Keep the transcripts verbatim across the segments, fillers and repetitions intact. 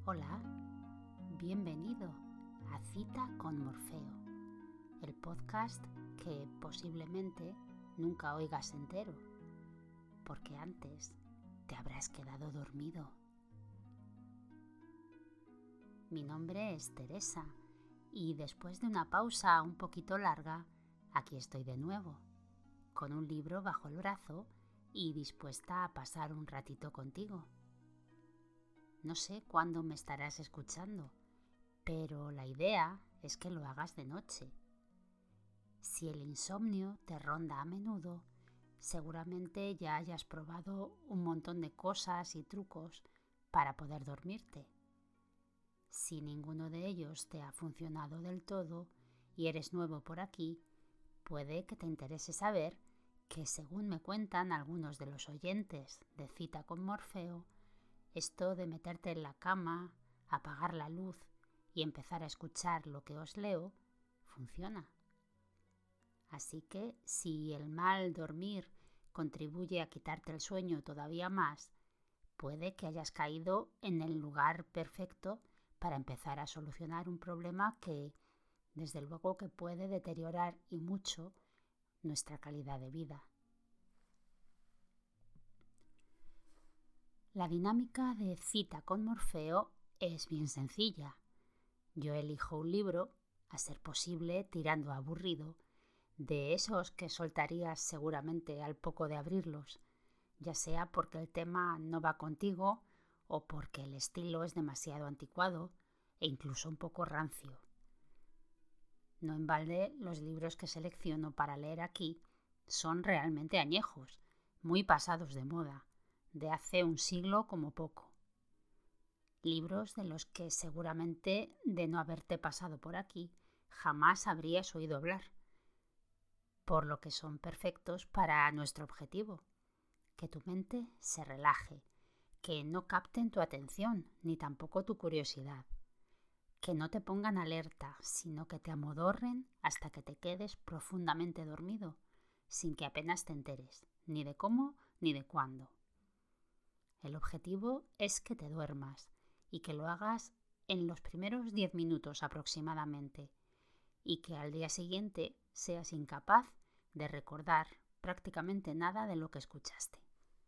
Hola, bienvenido a Cita con Morfeo, el podcast que posiblemente nunca oigas entero, porque antes te habrás quedado dormido. Mi nombre es Teresa y después de una pausa un poquito larga, aquí estoy de nuevo, con un libro bajo el brazo y dispuesta a pasar un ratito contigo. No sé cuándo me estarás escuchando, pero la idea es que lo hagas de noche. Si el insomnio te ronda a menudo, seguramente ya hayas probado un montón de cosas y trucos para poder dormirte. Si ninguno de ellos te ha funcionado del todo y eres nuevo por aquí, puede que te interese saber que, según me cuentan algunos de los oyentes de Cita con Morfeo, esto de meterte en la cama, apagar la luz y empezar a escuchar lo que os leo, funciona. Así que si el mal dormir contribuye a quitarte el sueño todavía más, puede que hayas caído en el lugar perfecto para empezar a solucionar un problema que, desde luego, que puede deteriorar y mucho nuestra calidad de vida. La dinámica de Cita con Morfeo es bien sencilla. Yo elijo un libro, a ser posible tirando a aburrido, de esos que soltarías seguramente al poco de abrirlos, ya sea porque el tema no va contigo o porque el estilo es demasiado anticuado e incluso un poco rancio. No en balde los libros que selecciono para leer aquí son realmente añejos, muy pasados de moda, de hace un siglo como poco. Libros de los que seguramente, de no haberte pasado por aquí, jamás habrías oído hablar, por lo que son perfectos para nuestro objetivo, que tu mente se relaje, que no capten tu atención ni tampoco tu curiosidad, que no te pongan alerta, sino que te amodorren hasta que te quedes profundamente dormido, sin que apenas te enteres, ni de cómo ni de cuándo. El objetivo es que te duermas y que lo hagas en los primeros diez minutos aproximadamente y que al día siguiente seas incapaz de recordar prácticamente nada de lo que escuchaste.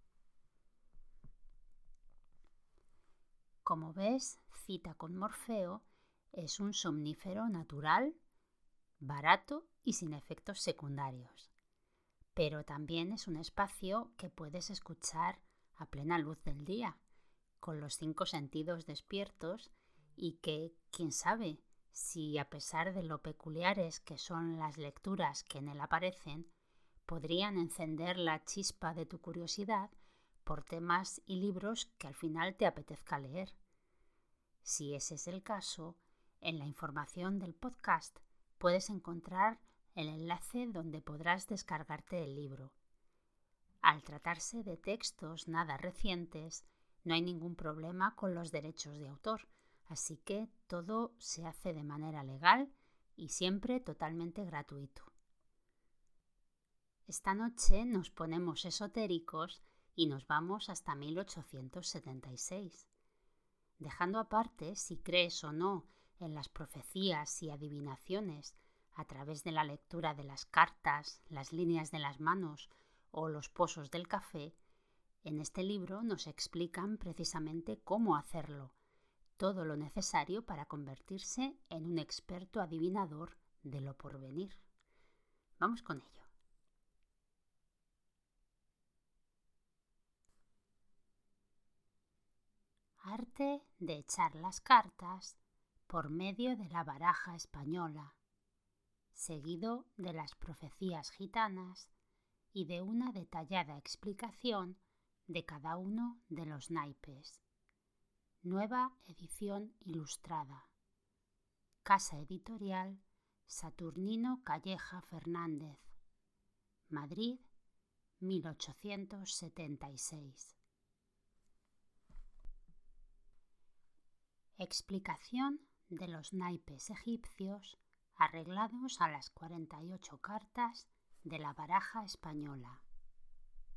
Como ves, Cita con Morfeo es un somnífero natural, barato y sin efectos secundarios. Pero también es un espacio que puedes escuchar a plena luz del día, con los cinco sentidos despiertos y que, quién sabe, si a pesar de lo peculiares que son las lecturas que en él aparecen, podrían encender la chispa de tu curiosidad por temas y libros que al final te apetezca leer. Si ese es el caso, en la información del podcast puedes encontrar el enlace donde podrás descargarte el libro. Al tratarse de textos nada recientes, no hay ningún problema con los derechos de autor, así que todo se hace de manera legal y siempre totalmente gratuito. Esta noche nos ponemos esotéricos y nos vamos hasta mil ochocientos setenta y seis. Dejando aparte si crees o no en las profecías y adivinaciones a través de la lectura de las cartas, las líneas de las manos o los pozos del café, en este libro nos explican precisamente cómo hacerlo, todo lo necesario para convertirse en un experto adivinador de lo porvenir. Vamos con ello. Arte de echar las cartas por medio de la baraja española, seguido de las profecías gitanas y de una detallada explicación de cada uno de los naipes. Nueva edición ilustrada. Casa editorial Saturnino Calleja Fernández. Madrid, mil ochocientos setenta y seis. Explicación de los naipes egipcios arreglados a las cuarenta y ocho cartas de la baraja española.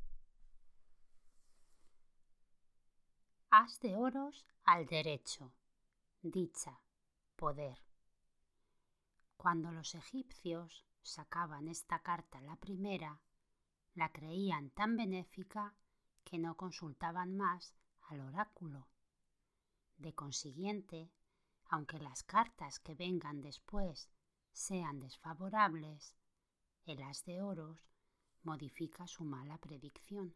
As de oros al derecho, dicha, poder. Cuando los egipcios sacaban esta carta la primera, la creían tan benéfica que no consultaban más al oráculo. De consiguiente, aunque las cartas que vengan después sean desfavorables, el as de oros modifica su mala predicción.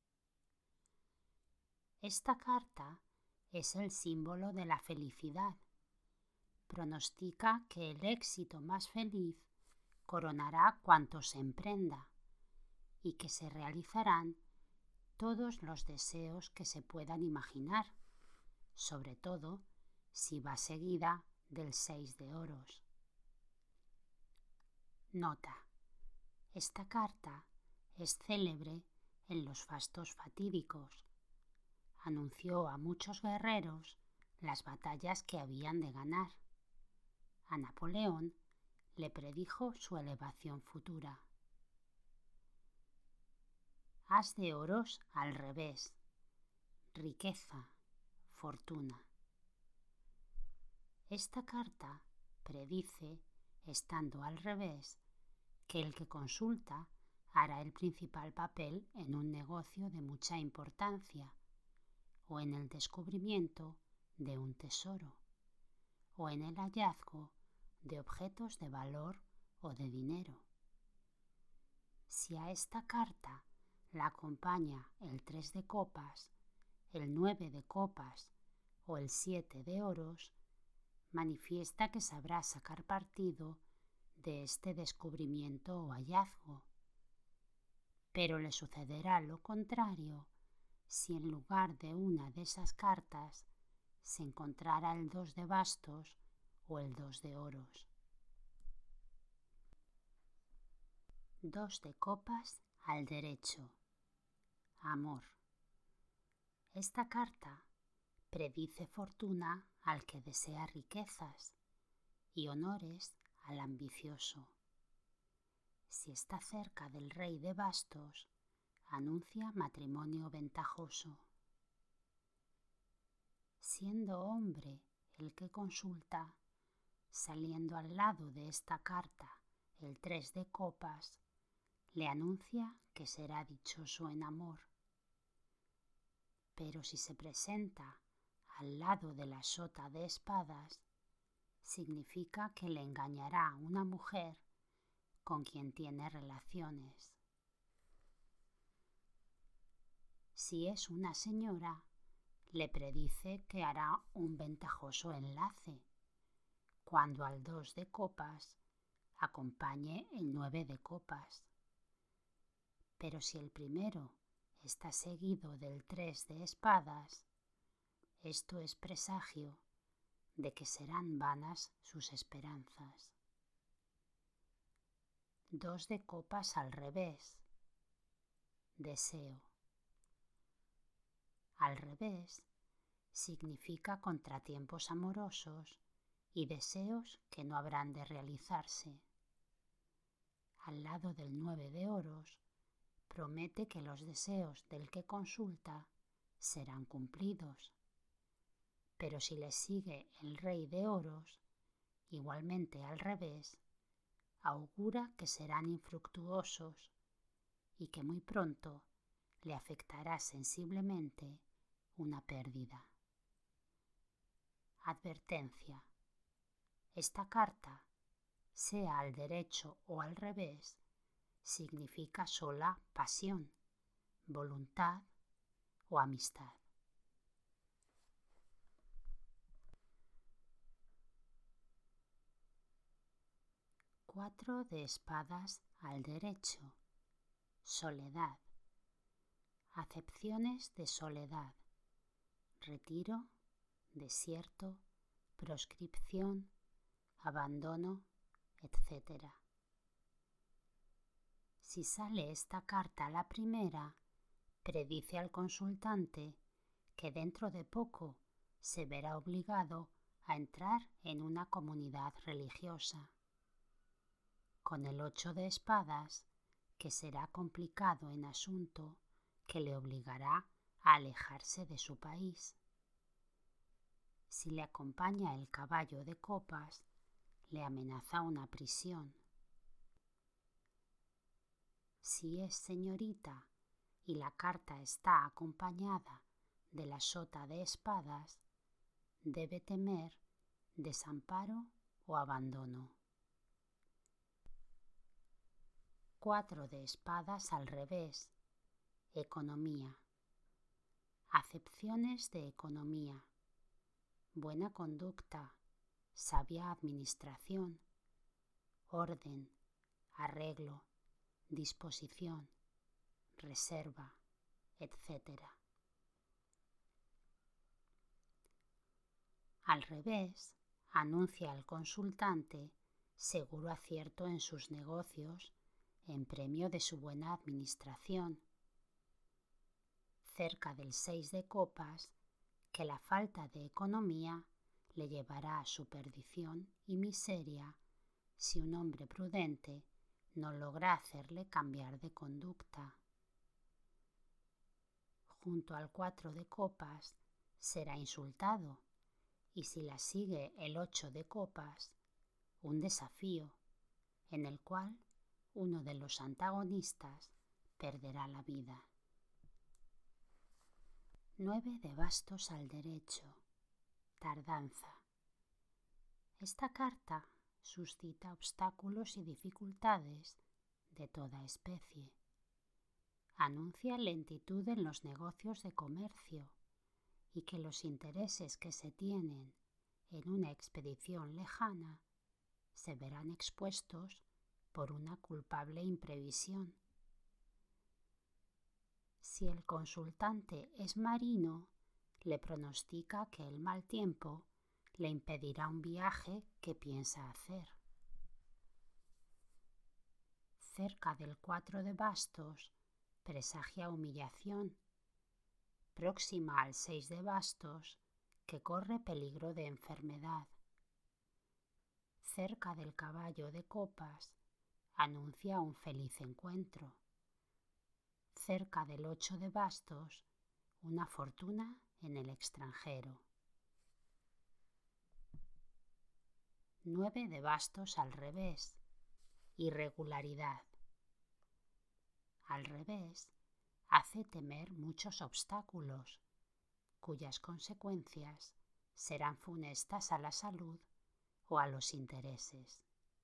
Esta carta es el símbolo de la felicidad. Pronostica que el éxito más feliz coronará cuanto se emprenda y que se realizarán todos los deseos que se puedan imaginar, sobre todo si va seguida del seis de oros. Nota: esta carta es célebre en los fastos fatídicos. Anunció a muchos guerreros las batallas que habían de ganar. A Napoleón le predijo su elevación futura. As de oros al revés. Riqueza, fortuna. Esta carta predice, estando al revés, que el que consulta hará el principal papel en un negocio de mucha importancia, o en el descubrimiento de un tesoro, o en el hallazgo de objetos de valor o de dinero. Si a esta carta la acompaña el tres de copas, el nueve de copas o el siete de oros, manifiesta que sabrá sacar partido de este descubrimiento o hallazgo. Pero le sucederá lo contrario si en lugar de una de esas cartas se encontrara el dos de bastos o el dos de oros. Dos de copas al derecho. Amor. Esta carta predice fortuna al que desea riquezas y honores al ambicioso. Si está cerca del rey de bastos, anuncia matrimonio ventajoso. Siendo hombre el que consulta, saliendo al lado de esta carta el tres de copas, le anuncia que será dichoso en amor. Pero si se presenta al lado de la sota de espadas, significa que le engañará una mujer con quien tiene relaciones. Si es una señora, le predice que hará un ventajoso enlace, cuando al dos de copas acompañe el nueve de copas. Pero si el primero está seguido del tres de espadas, esto es presagio de que serán vanas sus esperanzas. Dos de copas al revés. Deseo. Al revés significa contratiempos amorosos y deseos que no habrán de realizarse. Al lado del nueve de oros, promete que los deseos del que consulta serán cumplidos. Pero si le sigue el rey de oros, igualmente al revés, augura que serán infructuosos y que muy pronto le afectará sensiblemente una pérdida. Advertencia. Esta carta, sea al derecho o al revés, significa sola pasión, voluntad o amistad. Cuatro de espadas al derecho. Soledad. Acepciones de soledad. Retiro, desierto, proscripción, abandono, etcétera. Si sale esta carta a la primera, predice al consultante que dentro de poco se verá obligado a entrar en una comunidad religiosa. Con el ocho de espadas, que será complicado en asunto que le obligará a alejarse de su país. Si le acompaña el caballo de copas, le amenaza una prisión. Si es señorita y la carta está acompañada de la sota de espadas, debe temer desamparo o abandono. Cuatro de espadas al revés. Economía. Acepciones de economía. Buena conducta, sabia administración, orden, arreglo, disposición, reserva, etcétera. Al revés, anuncia al consultante seguro acierto en sus negocios en premio de su buena administración. Cerca del seis de copas, que la falta de economía le llevará a su perdición y miseria si un hombre prudente no logra hacerle cambiar de conducta. Junto al cuatro de copas será insultado, y si la sigue el ocho de copas, un desafío en el cual uno de los antagonistas perderá la vida. Nueve de bastos al derecho. Tardanza. Esta carta suscita obstáculos y dificultades de toda especie. Anuncia lentitud en los negocios de comercio y que los intereses que se tienen en una expedición lejana se verán expuestos por una culpable imprevisión. Si el consultante es marino, le pronostica que el mal tiempo le impedirá un viaje que piensa hacer. Cerca del cuatro de bastos presagia humillación, próxima al seis de bastos, que corre peligro de enfermedad. Cerca del caballo de copas anuncia un feliz encuentro. Cerca del ocho de bastos, una fortuna en el extranjero. Nueve de bastos al revés. Irregularidad. Al revés, hace temer muchos obstáculos, cuyas consecuencias serán funestas a la salud o a los intereses.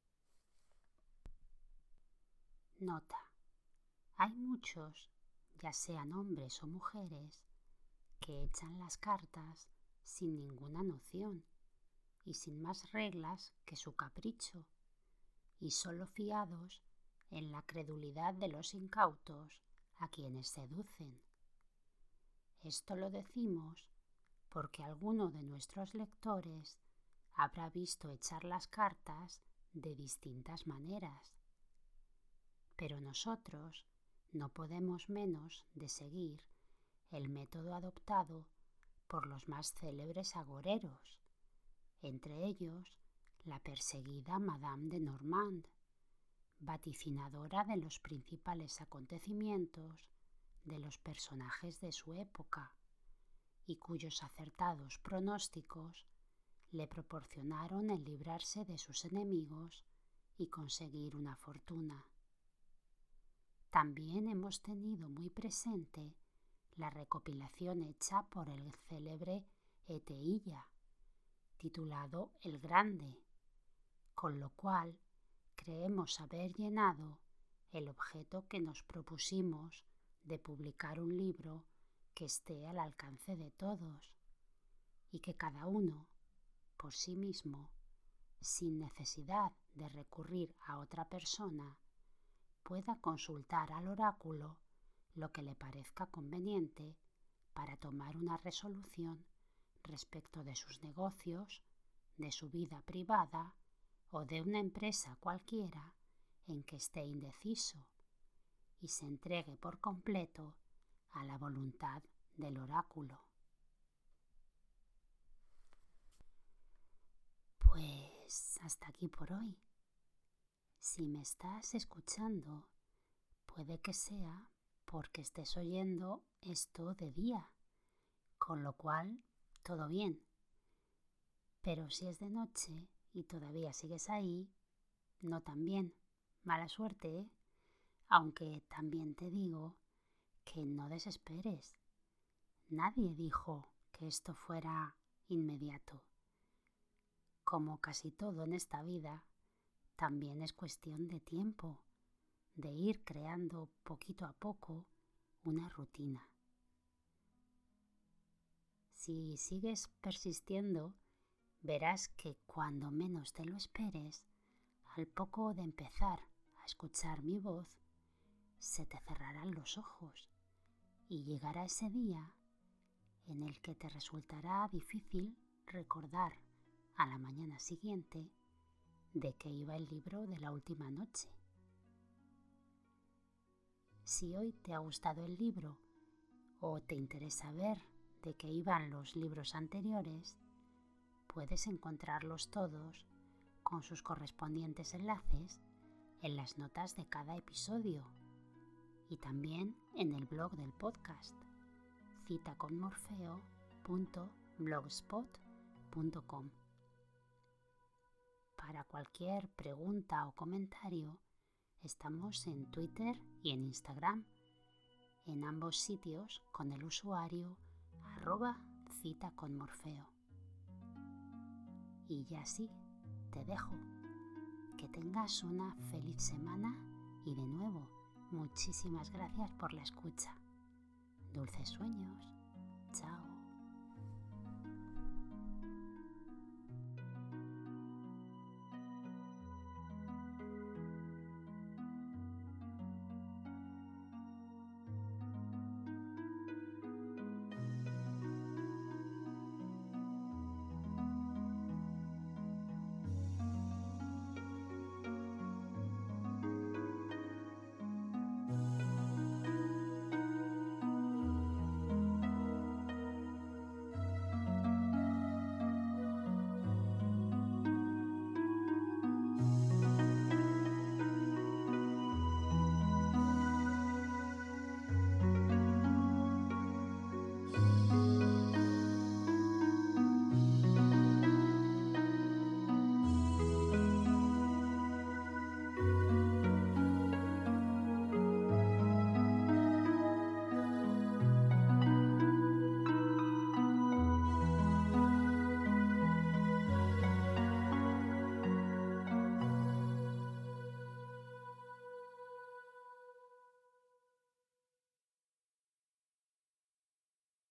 Nota. Hay muchos, ya sean hombres o mujeres, que echan las cartas sin ninguna noción y sin más reglas que su capricho, y solo fiados en la credulidad de los incautos a quienes seducen. Esto lo decimos porque alguno de nuestros lectores habrá visto echar las cartas de distintas maneras, pero nosotros no podemos menos de seguir el método adoptado por los más célebres agoreros, entre ellos la perseguida Madame de Normand, vaticinadora de los principales acontecimientos de los personajes de su época, y cuyos acertados pronósticos le proporcionaron el librarse de sus enemigos y conseguir una fortuna. También hemos tenido muy presente la recopilación hecha por el célebre Eteilla, titulado El Grande, con lo cual creemos haber llenado el objeto que nos propusimos de publicar un libro que esté al alcance de todos y que cada uno, por sí mismo, sin necesidad de recurrir a otra persona, pueda consultar al oráculo lo que le parezca conveniente para tomar una resolución respecto de sus negocios, de su vida privada o de una empresa cualquiera en que esté indeciso y se entregue por completo a la voluntad del oráculo. Pues hasta aquí por hoy. Si me estás escuchando, puede que sea porque estés oyendo esto de día, con lo cual todo bien. Pero si es de noche y todavía sigues ahí, no tan bien. Mala suerte, ¿eh? Aunque también te digo que no desesperes. Nadie dijo que esto fuera inmediato. Como casi todo en esta vida, también es cuestión de tiempo, de ir creando poquito a poco una rutina. Si sigues persistiendo, verás que cuando menos te lo esperes, al poco de empezar a escuchar mi voz, se te cerrarán los ojos y llegará ese día en el que te resultará difícil recordar a la mañana siguiente de qué iba el libro de la última noche. Si hoy te ha gustado el libro o te interesa ver de qué iban los libros anteriores, puedes encontrarlos todos con sus correspondientes enlaces en las notas de cada episodio y también en el blog del podcast cita con morfeo punto blogspot punto com. Para cualquier pregunta o comentario, estamos en Twitter y en Instagram, en ambos sitios con el usuario arroba cita con morfeo. Y ya sí, te dejo. Que tengas una feliz semana y de nuevo, muchísimas gracias por la escucha. Dulces sueños.